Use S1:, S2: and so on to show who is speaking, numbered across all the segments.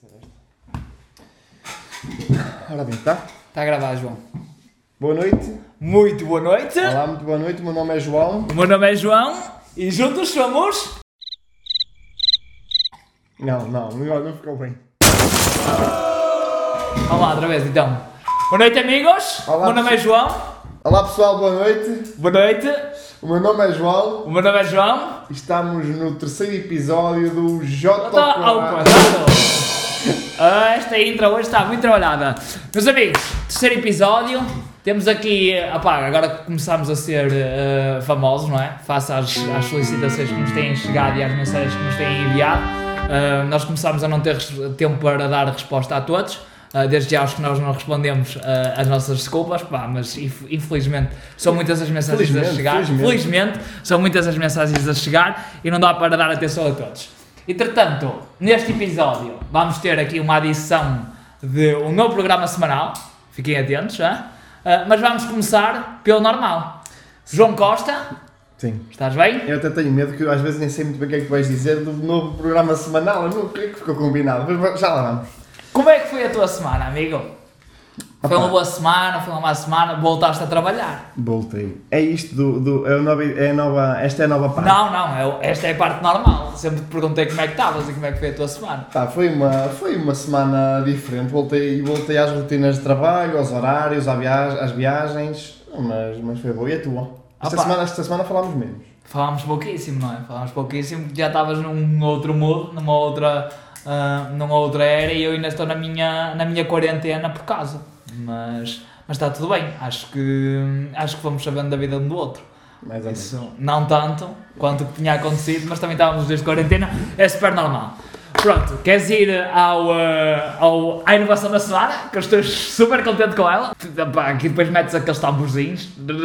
S1: Ora bem, tá?
S2: Está a gravar, João.
S1: Boa noite.
S2: Muito boa noite.
S1: Olá, muito boa noite. O meu nome é João.
S2: O meu nome é João e juntos somos...
S1: Não ficou bem.
S2: Vamos lá, outra vez então. Boa noite, amigos.
S1: Olá,
S2: O meu nome é João.
S1: Olá pessoal, boa noite.
S2: Boa noite.
S1: O meu nome é João.
S2: O meu nome é João.
S1: Estamos no terceiro episódio do J.
S2: Está ao quadrado. Esta intro hoje está muito trabalhada. Meus amigos, terceiro episódio. Temos aqui, agora que começamos a ser famosos, não é? Face às solicitações que nos têm chegado e às mensagens que nos têm enviado, nós começámos a não ter tempo para dar resposta a todos. Desde já aos que nós não respondemos as nossas desculpas, mas infelizmente são muitas as mensagens a chegar. Felizmente são muitas as mensagens a chegar e não dá para dar atenção a todos. Entretanto, neste episódio vamos ter aqui uma adição de um novo programa semanal, fiquem atentos, mas vamos começar pelo normal. João Costa,
S1: Sim.
S2: Estás bem?
S1: Eu até tenho medo que às vezes nem sei muito bem o que é que tu vais dizer do novo programa semanal. Eu não creio que ficou combinado, mas já lá vamos.
S2: Como é que foi a tua semana, amigo? Foi uma boa semana, foi uma má semana, voltaste a trabalhar?
S1: Voltei. É isto esta é a nova parte?
S2: Não, esta é a parte normal. Sempre te perguntei como é que estavas e como é que foi a tua semana.
S1: Foi uma semana diferente. Voltei às rotinas de trabalho, aos horários, às viagens, mas foi boa. E a tua? Esta semana falámos menos.
S2: Falámos pouquíssimo, não é? Falámos pouquíssimo, já estavas num outro mood, numa outra era e eu ainda estou na minha quarentena por casa. Mas está tudo bem, acho que vamos sabendo da vida um do outro. Isso não tanto quanto o que tinha acontecido, mas também estávamos desde quarentena, é super normal. Pronto, queres ir à inovação da semana? Que eu estou super contente com ela. Aqui depois metes aqueles tamborzinhos.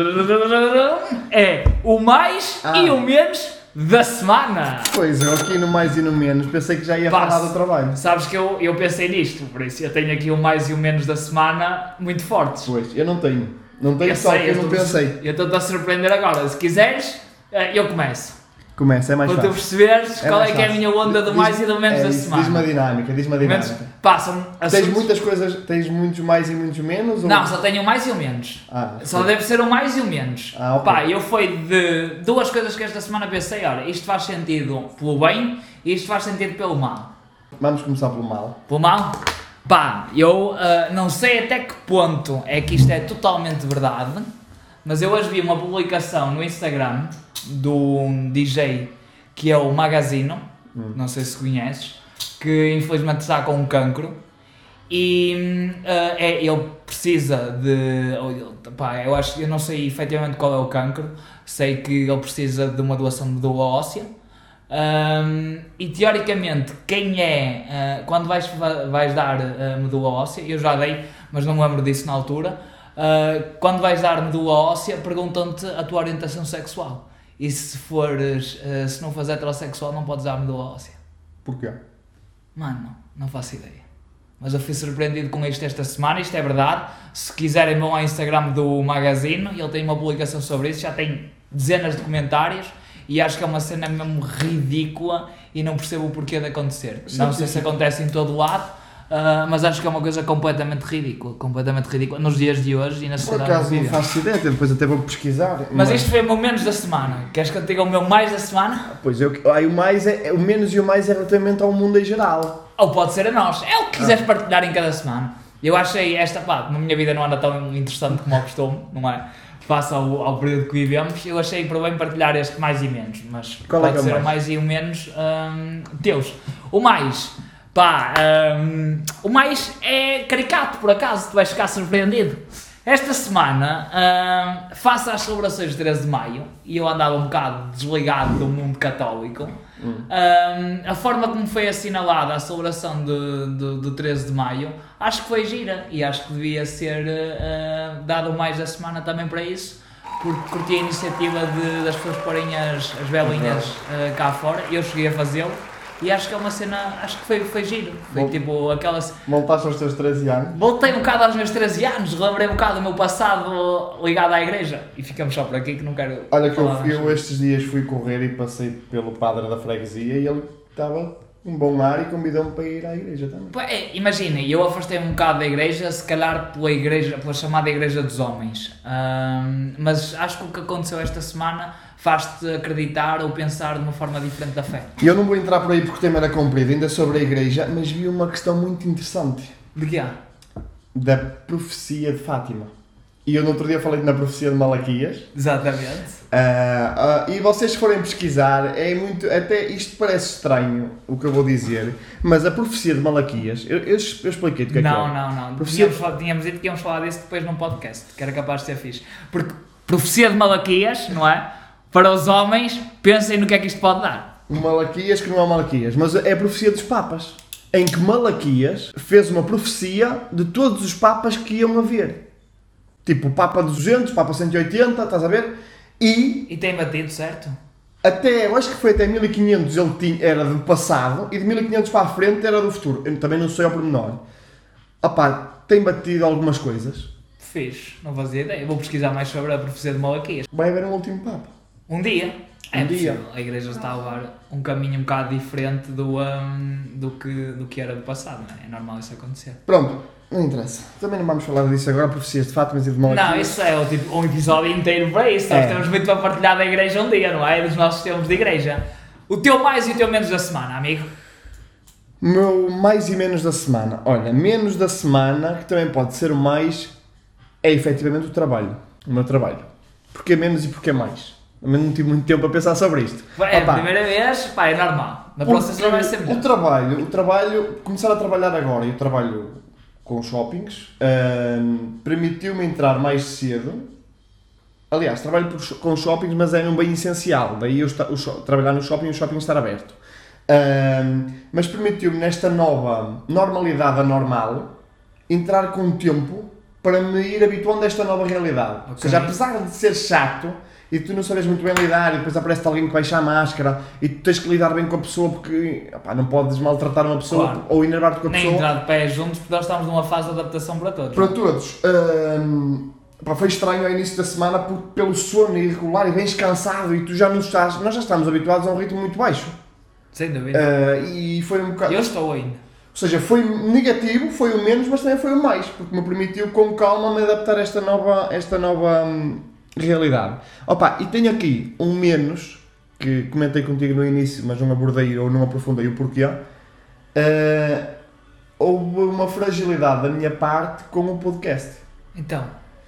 S2: É o mais e o menos da semana.
S1: Pois, eu aqui no mais e no menos pensei que já ia falar do trabalho.
S2: Sabes que eu pensei nisto, por isso eu tenho aqui o mais e o menos da semana muito fortes.
S1: Pois, eu não tenho. Não tenho só que eu não pensei.
S2: Eu estou-te a surpreender agora. Se quiseres, eu começo.
S1: Começa, é mais fácil.
S2: Para tu perceberes qual é que é a minha onda do mais e do menos da semana.
S1: Diz-me a dinâmica.
S2: Passa-me
S1: Tens muitas coisas, tens muitos mais e muitos menos? Ou...
S2: Não, só tenho o mais e o menos. Só deve ser o mais e o menos.
S1: Okay.
S2: Eu fui de duas coisas que esta semana pensei, olha, isto faz sentido pelo bem e isto faz sentido pelo mal.
S1: Vamos começar pelo mal.
S2: Pelo mal? Eu não sei até que ponto é que isto é totalmente verdade, mas eu hoje vi uma publicação no Instagram de um DJ que é o Magazino, não sei se conheces, que infelizmente está com um cancro e ele precisa de... eu não sei efetivamente qual é o cancro, sei que ele precisa de uma doação de medula óssea. E teoricamente quando vais dar medula óssea, eu já dei, mas não me lembro disso na altura, quando vais dar medula óssea perguntam-te a tua orientação sexual e se não fores heterossexual não podes dar medula óssea.
S1: Porquê?
S2: Mano, não faço ideia, mas eu fui surpreendido com isto esta semana. Isto é verdade, se quiserem vão ao Instagram do Magazine, ele tem uma publicação sobre isso, já tem dezenas de comentários. E acho que é uma cena mesmo ridícula e não percebo o porquê de acontecer. Não sei se acontece em todo lado, mas acho que é uma coisa completamente ridícula nos dias de hoje e na sociedade.
S1: Por acaso não faço ideia, depois até vou pesquisar.
S2: Mas isto foi o meu menos da semana. Queres que eu te diga o meu mais da semana?
S1: Pois, o menos e o mais é relativamente ao mundo em geral.
S2: Ou pode ser a nós, é o que quiseres partilhar em cada semana. Eu achei como a minha vida não anda tão interessante como ao costume, não é? Face ao período que vivemos, eu achei por bem partilhar este mais e menos, mas
S1: qual
S2: pode
S1: é
S2: ser o mais e o menos teus. O mais, o mais é caricato, por acaso, tu vais ficar surpreendido. Esta semana, face às celebrações de 13 de Maio, e eu andava um bocado desligado do mundo católico, a forma como foi assinalada a celebração do 13 de Maio, acho que foi gira e acho que devia ser dado o mais da semana também para isso, porque curti a iniciativa das pessoas porem as velinhas cá fora, eu cheguei a fazê-lo. E acho que é uma cena, acho que foi giro. Foi tipo aquela...
S1: Voltaste aos teus 13 anos?
S2: Voltei um bocado aos meus 13 anos, relembrei um bocado do meu passado ligado à igreja. E ficamos só por aqui que não quero...
S1: Olha que eu estes dias fui correr e passei pelo padre da freguesia e ele estava um bom ar e convidou-me para ir à igreja também.
S2: Imaginem, eu afastei-me um bocado da igreja, se calhar pela chamada Igreja dos Homens. Mas acho que o que aconteceu esta semana faz-te acreditar ou pensar de uma forma diferente da fé.
S1: Eu não vou entrar por aí porque o tema era comprido, ainda sobre a igreja, mas vi uma questão muito interessante.
S2: De quê?
S1: Da profecia de Fátima. E eu no outro dia falei na profecia de Malaquias.
S2: Exatamente.
S1: E vocês se forem pesquisar, é muito. Até isto parece estranho o que eu vou dizer, mas a profecia de Malaquias. Eu expliquei-te o que é que é.
S2: Não. Tínhamos dito que íamos falar disso depois num podcast, que era capaz de ser fixe. Porque profecia de Malaquias, não é? Para os homens, pensem no que é que isto pode dar.
S1: Malaquias que não é Malaquias, mas é a profecia dos papas. Em que Malaquias fez uma profecia de todos os papas que iam haver. Tipo, o Papa 200, Papa 180, estás a ver?
S2: E tem batido, certo?
S1: Até, eu acho que foi até 1500 era do passado e de 1500 para a frente era do futuro. Eu também não sei ao pormenor. Tem batido algumas coisas.
S2: Fiz, não fazia ideia. Vou pesquisar mais sobre a profecia de Malaquias.
S1: Vai haver um último Papa.
S2: Um dia.
S1: Um dia.
S2: Possível. A igreja está a levar um caminho um bocado diferente do que era do passado, não é? É normal isso acontecer.
S1: Pronto. Não interessa. Também não vamos falar disso agora, profecias de Fátima e de Malaquias.
S2: Não, isso é um episódio inteiro para isso. Nós temos muito para partilhar da igreja um dia, não é? Dos nossos tempos de igreja. O teu mais e o teu menos da semana, amigo?
S1: Meu mais e menos da semana. Olha, menos da semana, que também pode ser o mais, é efetivamente o trabalho. O meu trabalho. Porquê menos e porquê mais? Também não tive muito tempo a pensar sobre isto.
S2: É a primeira vez, é normal. Na próxima semana vai ser melhor.
S1: O trabalho, começar a trabalhar agora, e o trabalho com shoppings, permitiu-me entrar mais cedo. Aliás, trabalho com shoppings, mas é um bem essencial. Daí eu trabalhar no shopping e o shopping estar aberto. Mas permitiu-me, nesta nova normalidade anormal, entrar com tempo para me ir habituando a esta nova realidade. Okay. Ou seja, apesar de ser chato, e tu não sabes muito bem lidar, e depois aparece alguém que baixa a máscara, e tu tens que lidar bem com a pessoa, porque não podes maltratar uma pessoa, claro, ou enervar-te com a pessoa.
S2: Nem entrar de pés juntos, porque nós estamos numa fase de adaptação para todos.
S1: Para todos. Foi estranho ao início da semana, pelo sono irregular e bem cansado, e tu nós já estamos habituados a um ritmo muito baixo.
S2: Sem dúvida.
S1: E foi um bocado...
S2: Eu estou ainda.
S1: Ou seja, foi negativo, foi o menos, mas também foi o mais, porque me permitiu com calma me adaptar a esta nova realidade. E tenho aqui um menos, que comentei contigo no início, mas não abordei ou não aprofundei o porquê. Houve uma fragilidade da minha parte com o podcast.
S2: Então?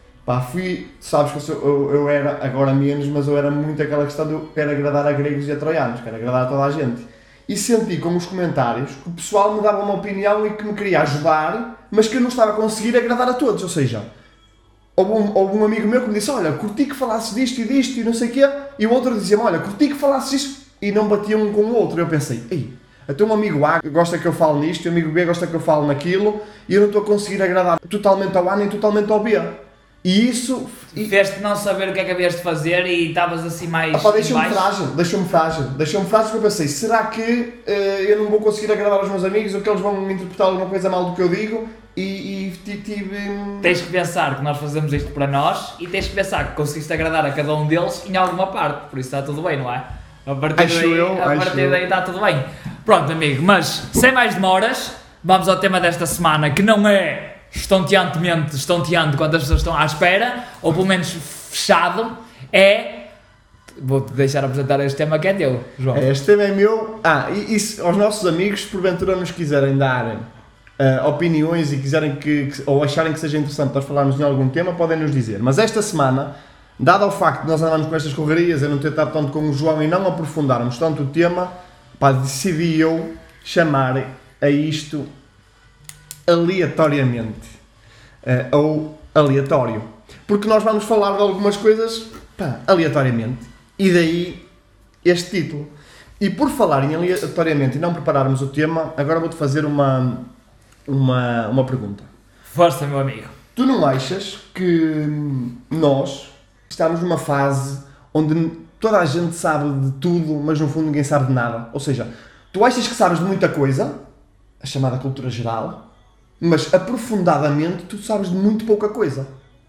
S1: Sabes que eu era, agora menos, mas eu era muito aquela questão de eu quero agradar a gregos e a troianos, quero agradar a toda a gente. E senti com os comentários que o pessoal me dava uma opinião e que me queria ajudar, mas que eu não estava a conseguir agradar a todos. Ou seja, houve um amigo meu que me disse: olha, curti que falasses disto e disto e não sei o quê, e o outro dizia-me: olha, curti que falasses isto, e não batiam um com o outro. Eu pensei: até um amigo A gosta que eu fale nisto, e o amigo B gosta que eu fale naquilo, e eu não estou a conseguir agradar totalmente ao A nem totalmente ao B. E isso...
S2: Fez-te não saber o que é que havias de fazer e estavas assim mais...
S1: Deixou-me frágil, porque eu pensei: será que eu não vou conseguir agradar aos meus amigos, ou que eles vão interpretar alguma coisa mal do que eu digo? E tive...
S2: Tens que pensar que nós fazemos isto para nós, e tens que pensar que conseguiste agradar a cada um deles em alguma parte, por isso está tudo bem, não é? A partir daí está tudo bem. Pronto, amigo, mas sem mais demoras, vamos ao tema desta semana, que não é estonteante quando as pessoas estão à espera, ou pelo menos fechado, vou-te deixar apresentar este tema que é teu, João.
S1: Este tema é meu. E se aos nossos amigos, se porventura nos quiserem dar opiniões e quiserem ou acharem que seja interessante nós falarmos em algum tema, podem nos dizer. Mas esta semana, dado ao facto de nós andarmos com estas correrias, eu não ter estado tanto com o João e não aprofundarmos tanto o tema, decidi eu chamar a isto aleatoriamente, ou aleatório, porque nós vamos falar de algumas coisas aleatoriamente, e daí este título. E por falar em aleatoriamente e não prepararmos o tema, agora vou-te fazer uma pergunta.
S2: Força, meu amigo.
S1: Tu não achas que nós estamos numa fase onde toda a gente sabe de tudo, mas no fundo ninguém sabe de nada? Ou seja, tu achas que sabes de muita coisa, a chamada cultura geral, mas aprofundadamente tu sabes de muito pouca coisa.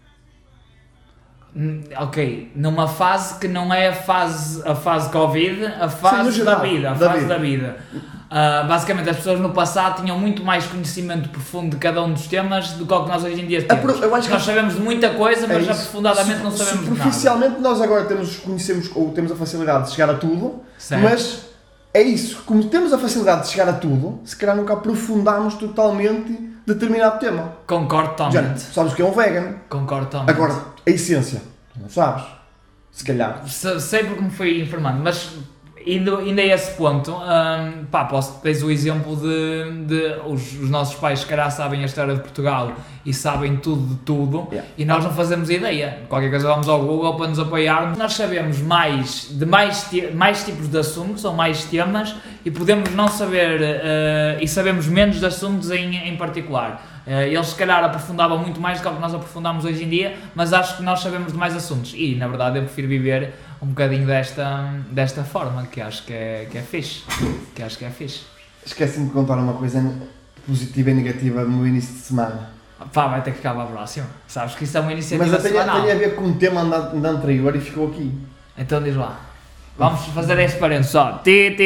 S2: Ok, numa fase que não é a fase Covid, a fase da vida. Basicamente, as pessoas no passado tinham muito mais conhecimento profundo de cada um dos temas do que o que nós hoje em dia temos.
S1: Eu acho que
S2: nós sabemos de muita coisa, mas aprofundadamente não sabemos de nada.
S1: Superficialmente, nós agora conhecemos ou temos a facilidade de chegar a tudo,
S2: certo.
S1: Mas é isso, como temos a facilidade de chegar a tudo, se calhar nunca aprofundamos totalmente determinado tema.
S2: Concordo totalmente.
S1: Sabes o que é um vegan?
S2: Concordo totalmente.
S1: Agora, a essência, não sabes? Se calhar.
S2: Sei porque me fui informando, mas indo a esse ponto, tens o exemplo de os nossos pais se calhar sabem a história de Portugal e sabem tudo de tudo, e nós não fazemos ideia. Qualquer coisa vamos ao Google para nos apoiarmos. Nós sabemos mais tipos de assuntos ou mais temas e podemos não saber e sabemos menos de assuntos em particular. Eles se calhar aprofundavam muito mais do que nós aprofundamos hoje em dia, mas acho que nós sabemos de mais assuntos e na verdade eu prefiro viver um bocadinho desta forma, que acho que é fixe.
S1: Esqueci-me de contar uma coisa positiva e negativa no início de semana.
S2: Vai ter que ficar para a próxima. Sabes que isso é uma iniciativa
S1: Mas
S2: semanal.
S1: tem a ver com um tema da anterior e ficou aqui.
S2: Então diz lá. Vamos fazer este parênteses só.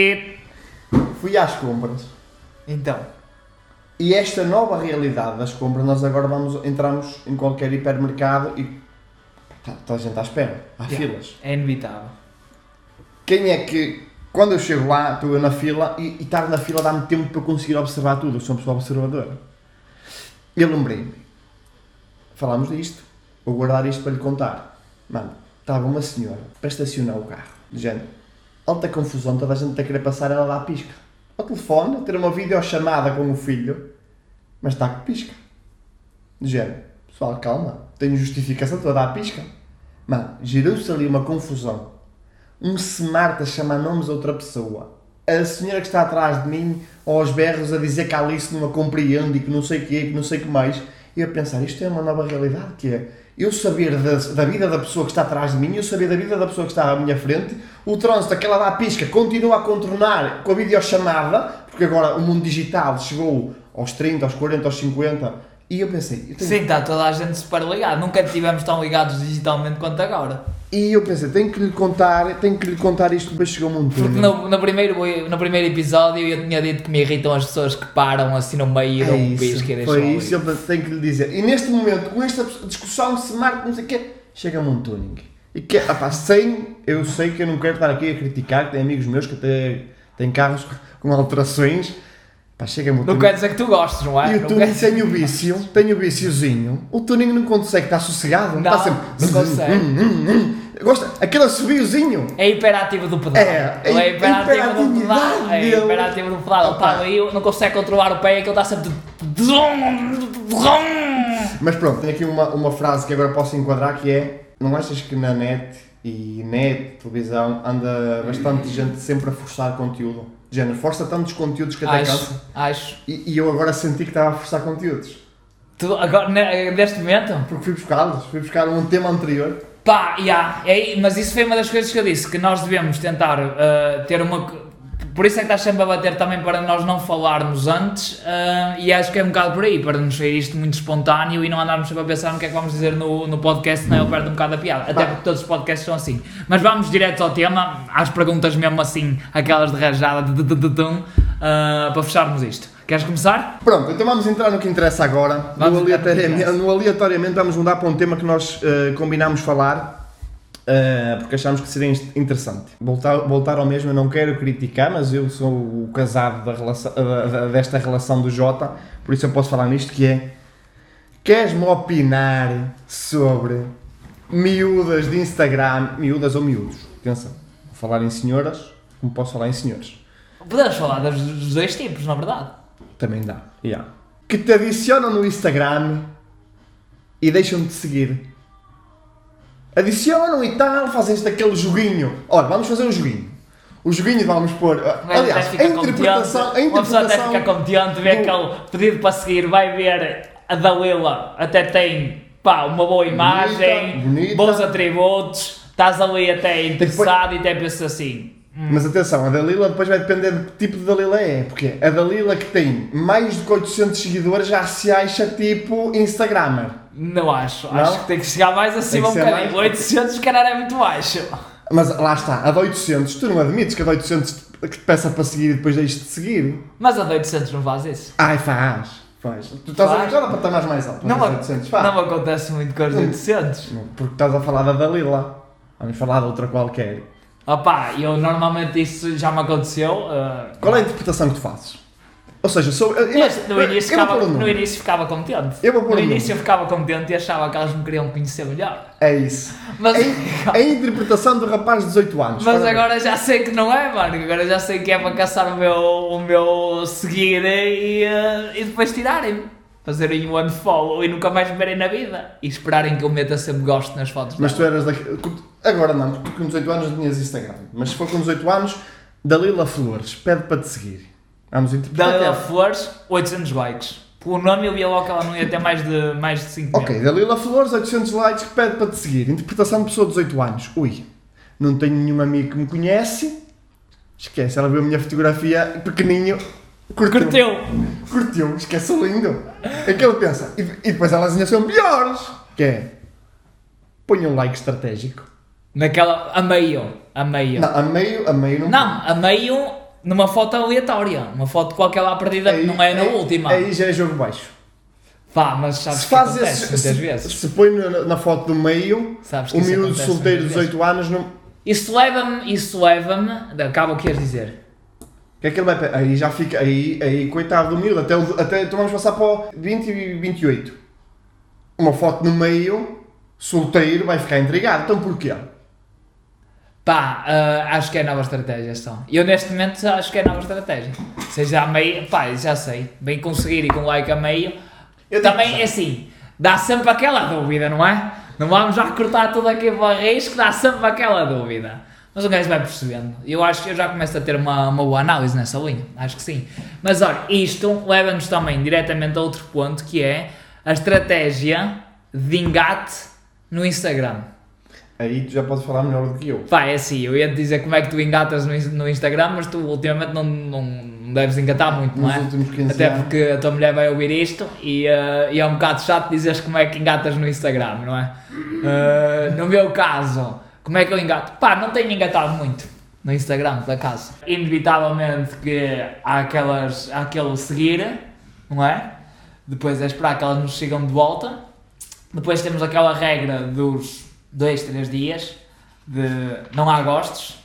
S1: Fui às compras.
S2: Então.
S1: E esta nova realidade das compras, nós agora entramos em qualquer hipermercado e toda a gente à espera, há filas.
S2: É inevitável.
S1: Quem é que, quando eu chego lá, estou eu na fila e estar na fila dá-me tempo para eu conseguir observar tudo, eu sou uma pessoa observadora. Eu lembrei-me, falámos disto, vou guardar isto para lhe contar. Mano, estava uma senhora para estacionar o carro, de género, alta confusão, toda a gente a querer passar, ela dá a pisca. Ao telefone, a ter uma videochamada com o filho, mas está com pisca. De género, pessoal, calma, tenho justificação, estou a dar a pisca. Mano, girou-se ali uma confusão. Um smart a chamar nomes a outra pessoa. A senhora que está atrás de mim, aos berros, a dizer que a Alice não a compreende e que não sei o quê, que não sei o que mais. E eu a pensar, isto é uma nova realidade, que é eu saber da vida da pessoa que está atrás de mim, eu saber da vida da pessoa que está à minha frente, o trânsito, aquela dá a pisca, continua a contornar com a videochamada, porque agora o mundo digital chegou aos 30, aos 40, aos 50, e eu pensei...
S2: Sim, está toda a gente super ligada, nunca estivemos tão ligados digitalmente quanto agora.
S1: E eu pensei, tenho que lhe contar isto, depois chegou muito.
S2: Porque no primeiro episódio eu tinha dito que me irritam as pessoas que param assim no meio e dão um pisca e deixam.
S1: Foi isso, eu tenho que lhe dizer. E neste momento, com esta discussão de smart, não sei o quê, chega-me um tuning. E que, eu sei que eu não quero estar aqui a criticar, que tem amigos meus que até têm carros com alterações. Chega-me o tuning.
S2: Não quer dizer que tu gostes, não é?
S1: E o tuning tem o viciozinho. O tuning não consegue estar sossegado.
S2: Não,
S1: está sempre...
S2: não consegue.
S1: Gosta, aquele assobiozinho.
S2: É hiperativo do pedal. É hiperativo do pedal. É hiperativo do pedal. Ele está ali, não consegue controlar o pé e aquilo está sempre...
S1: Mas pronto, tem aqui uma frase que agora posso enquadrar que é: não achas que na net, televisão, anda bastante gente sempre a forçar conteúdo? Género, força tantos conteúdos que até cansa.
S2: Acho.
S1: E eu agora senti que estava a forçar conteúdos.
S2: Tu, agora, neste momento?
S1: Porque fui buscar um tema anterior.
S2: Mas isso foi uma das coisas que eu disse, que nós devemos tentar ter uma... Por isso é que estás sempre a bater também para nós não falarmos antes, e acho que é um bocado por aí, para nos sair isto muito espontâneo e não andarmos sempre a pensar no que é que vamos dizer no podcast, senão eu perdo um bocado a piada, até porque todos os podcasts são assim. Mas vamos direto ao tema, às perguntas mesmo assim, aquelas de rajada, para fecharmos isto. Queres começar?
S1: Pronto, então vamos entrar no que interessa agora. No aleatoriamente vamos mudar para um tema que nós combinámos falar. Porque achámos que seria interessante. Voltar ao mesmo, eu não quero criticar, mas eu sou o casado desta relação do Jota, por isso eu posso falar nisto, que é: queres-me opinar sobre miúdas de Instagram, miúdas ou miúdos? Atenção, vou falar em senhoras, como posso falar em senhores.
S2: Podemos falar dos dois tipos, na verdade.
S1: Também dá, que te adicionam no Instagram e deixam-te seguir. Adicionam e tal, fazem-se daquele joguinho. Olha, vamos fazer um joguinho. O joguinho vamos pôr... Aliás, a interpretação...
S2: Uma pessoa até fica contente, vê aquele pedido para seguir, vai ver a Dalila, até tem uma boa imagem,
S1: bonita.
S2: Bons atributos, estás ali até interessado e até pensas assim...
S1: Mas atenção, a Dalila depois vai depender de que tipo de Dalila é, porque a Dalila que tem mais de 800 seguidores já se acha tipo Instagrammer.
S2: Não acho, acho que tem que chegar mais acima um bocadinho. 800 caralho é muito baixo.
S1: Mas lá está, a de 800, tu não admites que a de 800 que te peça para seguir e depois deixes de seguir.
S2: Mas a de 800 não faz isso.
S1: Ai, faz. Tu estás a habituado para estar mais alto.
S2: Não,
S1: Mas 800 faz.
S2: não me acontece muito com os 800.
S1: Não, porque estás a falar da Dalila. Vamos falar de outra qualquer.
S2: Opá, eu normalmente isso já me aconteceu.
S1: Qual é a interpretação que tu fazes? Ou seja,
S2: Mas no início ficava contente.
S1: Eu vou pôr
S2: No
S1: um
S2: início eu
S1: número.
S2: ficava contente e achava que elas me queriam conhecer melhor.
S1: É isso.
S2: Mas,
S1: A interpretação do rapaz de 18 anos.
S2: mas
S1: Para-
S2: agora já sei que não é, mano. Agora já sei que é para caçar o meu seguir e depois tirarem-me. Fazerem um unfollow e nunca mais me verem na vida. E esperarem que eu meta sempre gosto nas fotos
S1: Mas tu
S2: dela.
S1: eras daqui... Agora não, porque tu com 18 anos não tinhas Instagram. Mas se for com 18 anos, Dalila Flores pede para te seguir. Vamos interpretar.
S2: Dalila Flores, 800 likes. Pelo nome eu via logo que ela não ia ter mais de 5 mil.
S1: Ok, Dalila Flores, 800 likes, que pede para te seguir. Interpretação de pessoa de 18 anos. Ui, não tenho nenhum amigo que me conhece. Esquece, ela viu a minha fotografia pequeninho. Curtiu, esquece lindo. É que ele pensa. E depois elas ainda são piores. Que é, põe um like estratégico.
S2: Naquela, a meio.
S1: Não, a meio não.
S2: Não, a meio numa foto aleatória. Uma foto qualquer lá perdida que não é na última.
S1: Aí já é jogo baixo.
S2: Pá, mas sabes
S1: Se
S2: que
S1: faz
S2: acontece
S1: esse,
S2: muitas vezes.
S1: se põe na foto do meio,
S2: Sabes que
S1: o
S2: isso
S1: miúdo
S2: acontece
S1: solteiro de
S2: muitas
S1: 18 anos não.
S2: Isso leva-me, acaba o que ias dizer.
S1: O que é que ele vai. Aí já fica. Aí coitado do miúdo. Até então vamos passar para o 20 e 28. Uma foto no meio, solteiro, vai ficar intrigado. Então porquê?
S2: Pá, acho que é nova estratégia só. Eu neste momento acho que é nova estratégia. Seja a meio, pá, já sei. Bem conseguir e com like a meio.
S1: Eu digo
S2: Também
S1: já.
S2: é assim, dá sempre aquela dúvida, não é? Não vamos já cortar tudo aqui para risco, dá sempre aquela dúvida. Mas o gajo vai percebendo. Eu acho que eu já começo a ter uma boa análise nessa linha. Acho que sim. Mas olha, isto leva-nos também diretamente a outro ponto que é a estratégia de engate no Instagram.
S1: Aí tu já podes falar melhor do que eu.
S2: Pá, é assim, eu ia te dizer como é que tu engatas no Instagram, mas tu ultimamente não deves engatar muito, não
S1: Nos
S2: é?
S1: últimos 15
S2: Até
S1: anos.
S2: porque a tua mulher vai ouvir isto e é um bocado chato dizeres como é que engatas no Instagram, não é? No meu caso, como é que eu engato? Pá, não tenho engatado muito no Instagram, por acaso. Inevitavelmente que há aquele seguir, não é? Depois é esperar que elas nos sigam de volta. Depois temos aquela regra dos 2, 3 dias de não há gostos.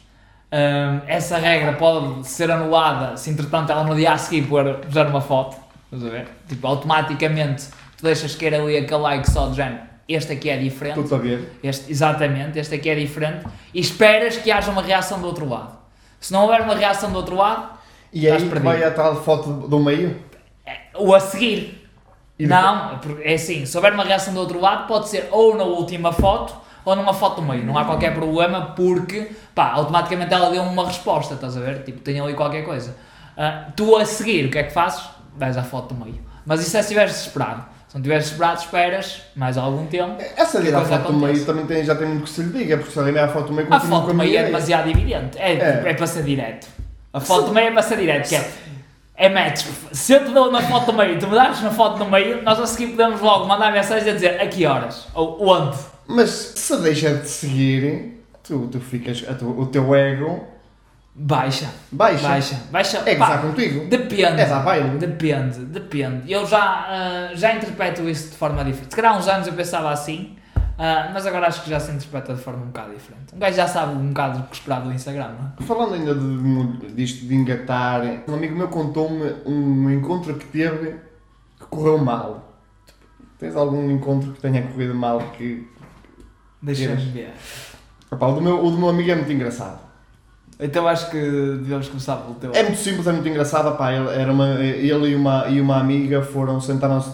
S2: Essa regra pode ser anulada se entretanto ela no dia a seguir puser uma foto. Estás a ver? Tipo, automaticamente tu deixas cair ali aquele like só de género. Este aqui é diferente.
S1: Estou a ver.
S2: Exatamente, este aqui é diferente. E esperas que haja uma reação do outro lado. Se não houver uma reação do outro lado,
S1: E
S2: estás
S1: aí
S2: perdido.
S1: vai a tal foto do meio.
S2: O a seguir.
S1: E
S2: Não, é assim, se houver uma reação do outro lado, pode ser ou na última foto ou numa foto do meio. Não há qualquer problema porque, pá, automaticamente ela deu uma resposta, estás a ver? Tipo, tem ali qualquer coisa. Tu a seguir, o que é que fazes? Vais à foto do meio. Mas isso é se estiveres desesperado. Se não estiveres desesperado, esperas mais algum tempo.
S1: Essa de ir à
S2: coisa
S1: foto do meio
S2: acontece.
S1: também já tem muito que se lhe diga, porque se alguém vai à foto do meio
S2: A
S1: continua
S2: foto
S1: com
S2: do
S1: a
S2: meio é
S1: minha ideia.
S2: demasiado evidente. É para ser direto. A foto do meio é para ser direto, que é metes. Se eu te dou na foto do meio e tu me das na foto do meio, nós a seguir podemos logo mandar mensagem a dizer a que horas ou onde.
S1: Mas se deixa de seguir, tu ficas. O teu ego
S2: Baixa.
S1: baixa. É
S2: Pá,
S1: gozar contigo.
S2: Depende.
S1: É dar baile.
S2: Depende. Eu já interpreto isso de forma diferente. Se calhar há uns anos eu pensava assim, mas agora acho que já se interpreta de forma um bocado diferente. Um gajo já sabe um bocado o que esperar do Instagram, não é?
S1: Falando ainda disto de engatar, um amigo meu contou-me um encontro que teve que correu mal. Tens algum encontro que tenha corrido mal que.
S2: Deixa-me ver.
S1: Opa, o do meu amigo é muito engraçado.
S2: Então acho que devemos começar pelo teu.
S1: É muito simples, é muito engraçado. Opa, ele e uma amiga sentaram-se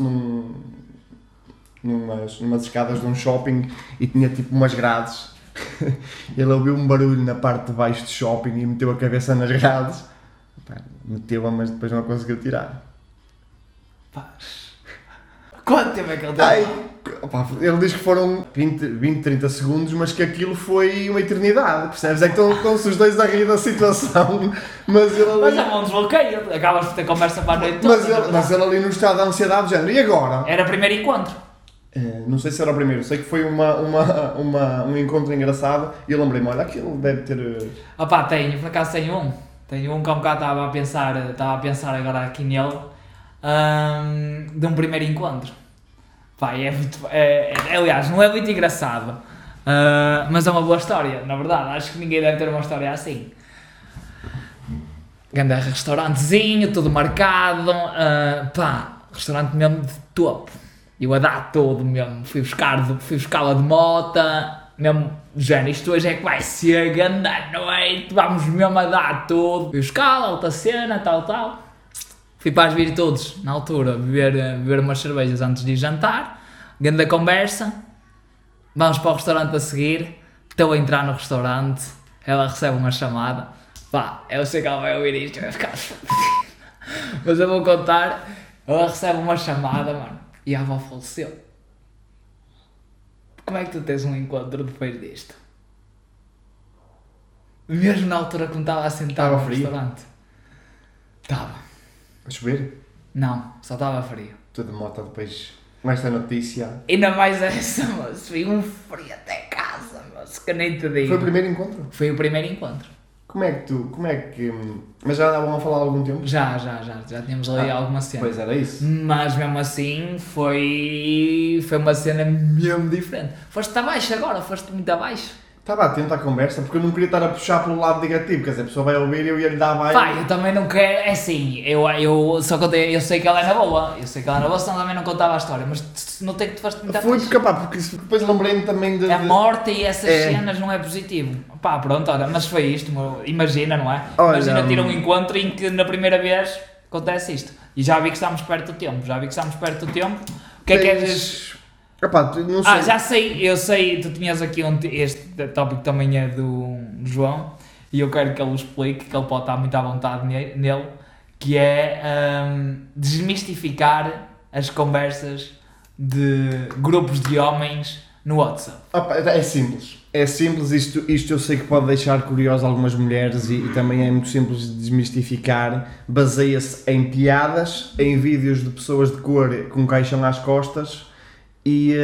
S1: numas escadas de um shopping e tinha tipo umas grades. Ele ouviu um barulho na parte de baixo do shopping e meteu a cabeça nas grades. Opa, meteu-a, mas depois não a conseguiu tirar.
S2: Pá. Quanto tempo é que ele teve?
S1: Ai, opa, ele diz que foram 20, 30 segundos, mas que aquilo foi uma eternidade, percebes? É que estão-se os dois a rir da situação, mas ele ali...
S2: Mas é um desbloqueio, acabas por ter conversa para a noite toda.
S1: Mas ele ali no estado de ansiedade do género, e agora?
S2: Era o primeiro encontro.
S1: Não sei se era o primeiro, sei que foi um encontro engraçado e eu lembrei-me, olha, aquilo deve ter...
S2: Opá, por acaso tenho um. Tenho um que há um bocado estava a pensar agora aqui nele, de um primeiro encontro. Pá, aliás, não é muito engraçado, mas é uma boa história, na verdade. Acho que ninguém deve ter uma história assim. Grande restaurantezinho, tudo marcado, restaurante mesmo de topo. Eu a dar tudo mesmo, fui buscá-la de mota, mesmo, género, isto hoje é que vai ser grande noite, vamos mesmo a dar tudo. Fui buscá-la, alta cena, tal. Fui para as virtudes, na altura, beber umas cervejas antes de ir jantar, grande conversa, vamos para o restaurante a seguir, estou a entrar no restaurante, ela recebe uma chamada. Pá, eu sei que ela vai ouvir isto, vai ficar... Mas eu vou contar, ela recebe uma chamada, mano, e a avó faleceu. Como é que tu tens um encontro depois disto? Mesmo na altura que me estava a sentar no restaurante. Estava.
S1: A chover?
S2: Não, só estava frio.
S1: Tudo de moto depois com esta notícia.
S2: Ainda mais essa, mas foi um frio até casa, mas que nem te digo.
S1: Foi o primeiro encontro?
S2: Foi o primeiro encontro.
S1: Como é que... Mas já andavam a falar há algum tempo?
S2: Já tínhamos ali alguma cena.
S1: Pois era isso.
S2: Mas mesmo assim foi uma cena mesmo diferente. Foste abaixo agora, foste muito abaixo.
S1: Estava atento à conversa porque eu não queria estar a puxar pelo lado negativo, quer dizer, a pessoa vai ouvir e eu ia lhe dar abaixo.
S2: Pá, eu também não quero, é assim, eu só contei, eu sei que ela é na boa, senão também não contava a história, mas notei que tu foste muito abaixo.
S1: Foi porque depois lembrei-me também de...
S2: A morte e essas cenas não é positivo. Pá, pronto, olha, mas foi isto, imagina, não é?
S1: Olha,
S2: imagina ter um encontro em que na primeira vez acontece isto. E já vi que estamos perto do tempo, O que é que queres...
S1: Epá, não sei.
S2: Já sei, eu sei, tu tinhas aqui este tópico também é do João, e eu quero que ele o explique, que ele pode estar muito à vontade nele, que é desmistificar as conversas de grupos de homens no WhatsApp.
S1: É simples, isto eu sei que pode deixar curioso algumas mulheres e também é muito simples de desmistificar. Baseia-se em piadas, em vídeos de pessoas de cor com um caixão às costas e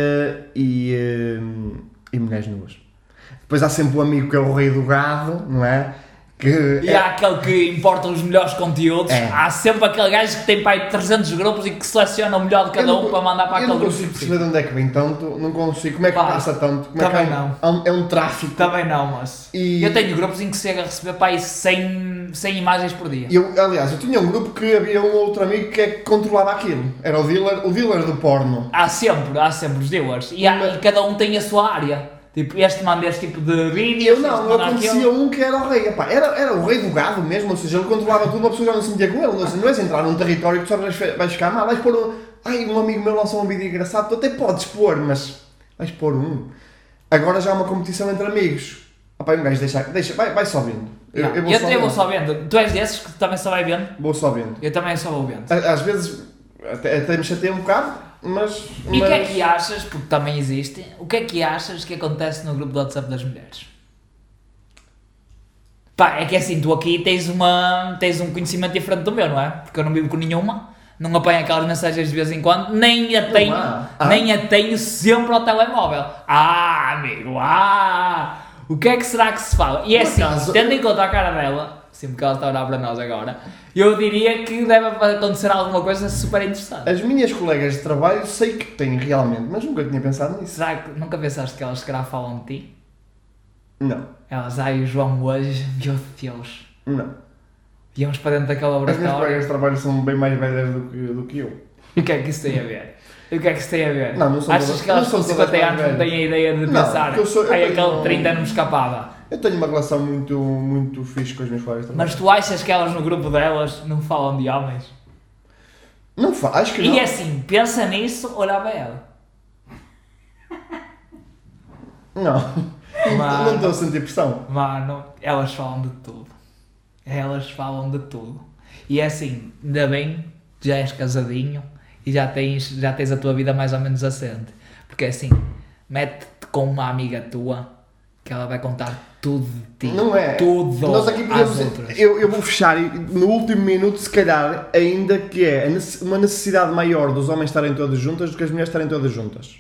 S1: mulheres nuas. Depois há sempre o amigo que é o rei do gado, não é?
S2: Há aquele que importa os melhores conteúdos. Há sempre aquele gajo que tem para aí 300 grupos e que seleciona o melhor de cada um para mandar para aquele grupo.
S1: Eu não consigo perceber de onde é que vem tanto, não consigo. Como é que passa tanto?
S2: Também não.
S1: É um tráfico.
S2: Também não, mas... Eu tenho grupos em que chega a receber para aí 100 imagens por dia.
S1: Aliás, eu tinha um grupo que havia um outro amigo que controlava aquilo. Era o dealer do porno.
S2: Há sempre os dealers. E cada um tem a sua área. Tipo, este manda este tipo de vídeos.
S1: Eu conhecia um que era o rei. Epá, era o rei do gado mesmo, ou seja, ele controlava tudo, a pessoa já não se sentia com ele. Não és entrar num território que tu sabes vais ficar mal. Vais pôr um amigo meu lançou um vídeo engraçado, tu até podes pôr, mas vais pôr um. Agora já há uma competição entre amigos. Epá, um gajo vai só vendo.
S2: Eu vou só vendo. Tu és desses que também só vai vendo?
S1: Vou só vendo.
S2: Eu também só vou vendo.
S1: Às vezes até me chateia um bocado. Mas...
S2: E o que é que achas, porque também existe, o que é que achas que acontece no grupo do WhatsApp das mulheres? Pá, é que assim, tu aqui tens um conhecimento diferente do meu, não é? Porque eu não vivo com nenhuma, não apanho aquelas mensagens de vez em quando, nem a tenho sempre ao telemóvel. Amigo, o que é que será que se fala? E é assim, tendo em conta a cara dela, sempre que ela está a olhar para nós agora, eu diria que deve acontecer alguma coisa super interessante.
S1: As minhas colegas de trabalho sei que têm realmente, mas nunca tinha pensado nisso.
S2: Será que nunca pensaste que elas se calhar falam de ti?
S1: Não.
S2: Elas, o João hoje, meu Deus.
S1: Não.
S2: Íamos para dentro daquela laboratório.
S1: As minhas colegas de trabalho são bem mais velhas do que eu.
S2: E o que é que isso tem a ver?
S1: Não são
S2: Achas
S1: todas,
S2: que elas com 50 anos não têm a ideia de pensar aquele 30 não me escapava?
S1: Eu tenho uma relação muito, muito fixe com as minhas colegas de trabalho.
S2: Mas tu achas que elas no grupo delas não falam de homens?
S1: Não acho que não.
S2: E assim, pensa nisso, olha para ela.
S1: Não estou a sentir pressão.
S2: Mano, elas falam de tudo. E é assim, ainda bem, já és casadinho e já tens a tua vida mais ou menos assente. Porque assim, mete-te com uma amiga tua que ela vai contar tudo de ti.
S1: Não é?
S2: Tudo.
S1: Nós aqui podemos. Eu vou fechar no último minuto, se calhar, ainda que é uma necessidade maior dos homens estarem todos juntas do que as mulheres estarem todas juntas.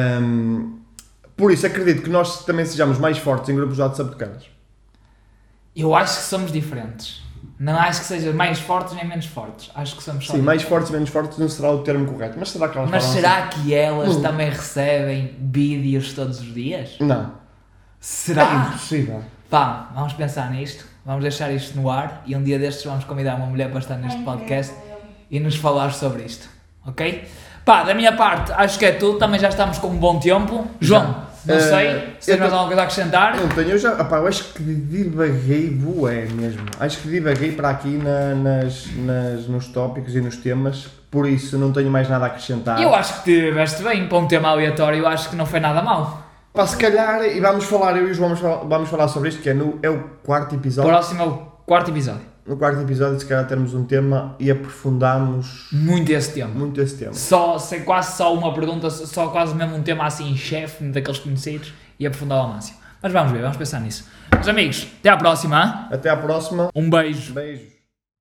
S1: Por isso acredito que nós também sejamos mais fortes em grupos de WhatsApp do que elas.
S2: Eu acho que somos diferentes. Não acho que seja mais fortes nem menos fortes. Acho que somos só
S1: Sim, mais
S2: diferentes.
S1: fortes e menos fortes não será o termo correto. Mas será que elas
S2: Mas
S1: falam
S2: será que elas
S1: Não.
S2: também recebem vídeos todos os dias?
S1: assim? Não. É
S2: Será?
S1: impossível.
S2: Pá, vamos pensar nisto. Vamos deixar isto no ar. E um dia destes vamos convidar uma mulher para estar neste podcast e nos falar sobre isto. Ok? Pá, da minha parte, acho que é tudo. Também já estamos com um bom tempo. João, não sei se tens mais alguma coisa a acrescentar.
S1: Não tenho, eu acho que divaguei bué mesmo. Acho que divaguei para aqui nos tópicos e nos temas, por isso não tenho mais nada a acrescentar.
S2: Eu acho que tiveste bem para um tema aleatório. Eu acho que não foi nada mal.
S1: Pá, se calhar, e vamos falar, eu e o João vamos falar sobre isto, que é o quarto
S2: O
S1: episódio.
S2: próximo é o quarto episódio.
S1: No quarto episódio, se calhar, temos um tema e aprofundamos
S2: Muito esse tema.
S1: muito esse tema.
S2: Sei quase só uma pergunta, só quase mesmo um tema assim, chefe, daqueles conhecidos, e aprofundar ao máximo. Mas vamos ver, vamos pensar nisso. Meus amigos, até à próxima. Hein?
S1: Até à próxima.
S2: Um beijo.
S1: Beijos.